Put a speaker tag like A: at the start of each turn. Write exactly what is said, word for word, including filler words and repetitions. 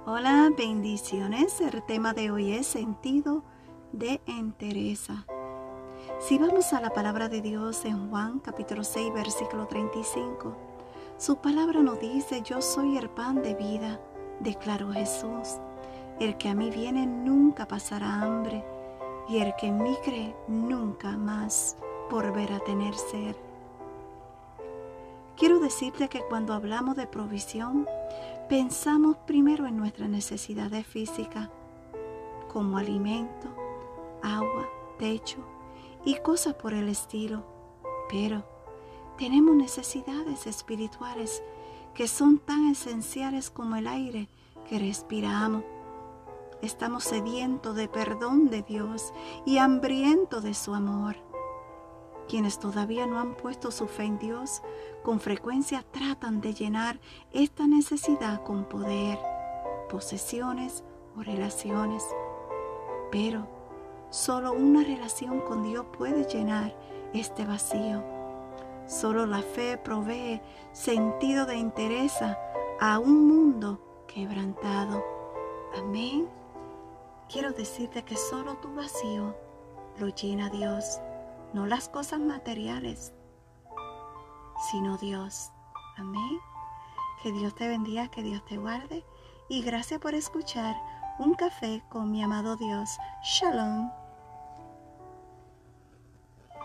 A: Hola, bendiciones. El tema de hoy es sentido de entereza. Si vamos a la palabra de Dios en Juan capítulo seis, versículo treinta y cinco, su palabra nos dice: yo soy el pan de vida, declaró Jesús. El que a mí viene nunca pasará hambre, y el que en mí cree nunca más volverá a tener sed. Quiero decirte que cuando hablamos de provisión, pensamos primero en nuestras necesidades físicas, como alimento, agua, techo y cosas por el estilo. Pero tenemos necesidades espirituales que son tan esenciales como el aire que respiramos. Estamos sedientos de perdón de Dios y hambrientos de su amor. Quienes todavía no han puesto su fe en Dios, con frecuencia tratan de llenar esta necesidad con poder, posesiones o relaciones. Pero solo una relación con Dios puede llenar este vacío. Solo la fe provee sentido de entereza a un mundo quebrantado. Amén. Quiero decirte que solo tu vacío lo llena Dios. No las cosas materiales, sino Dios. Amén. Que Dios te bendiga, que Dios te guarde. Y gracias por escuchar Un Café con mi amado Dios. Shalom.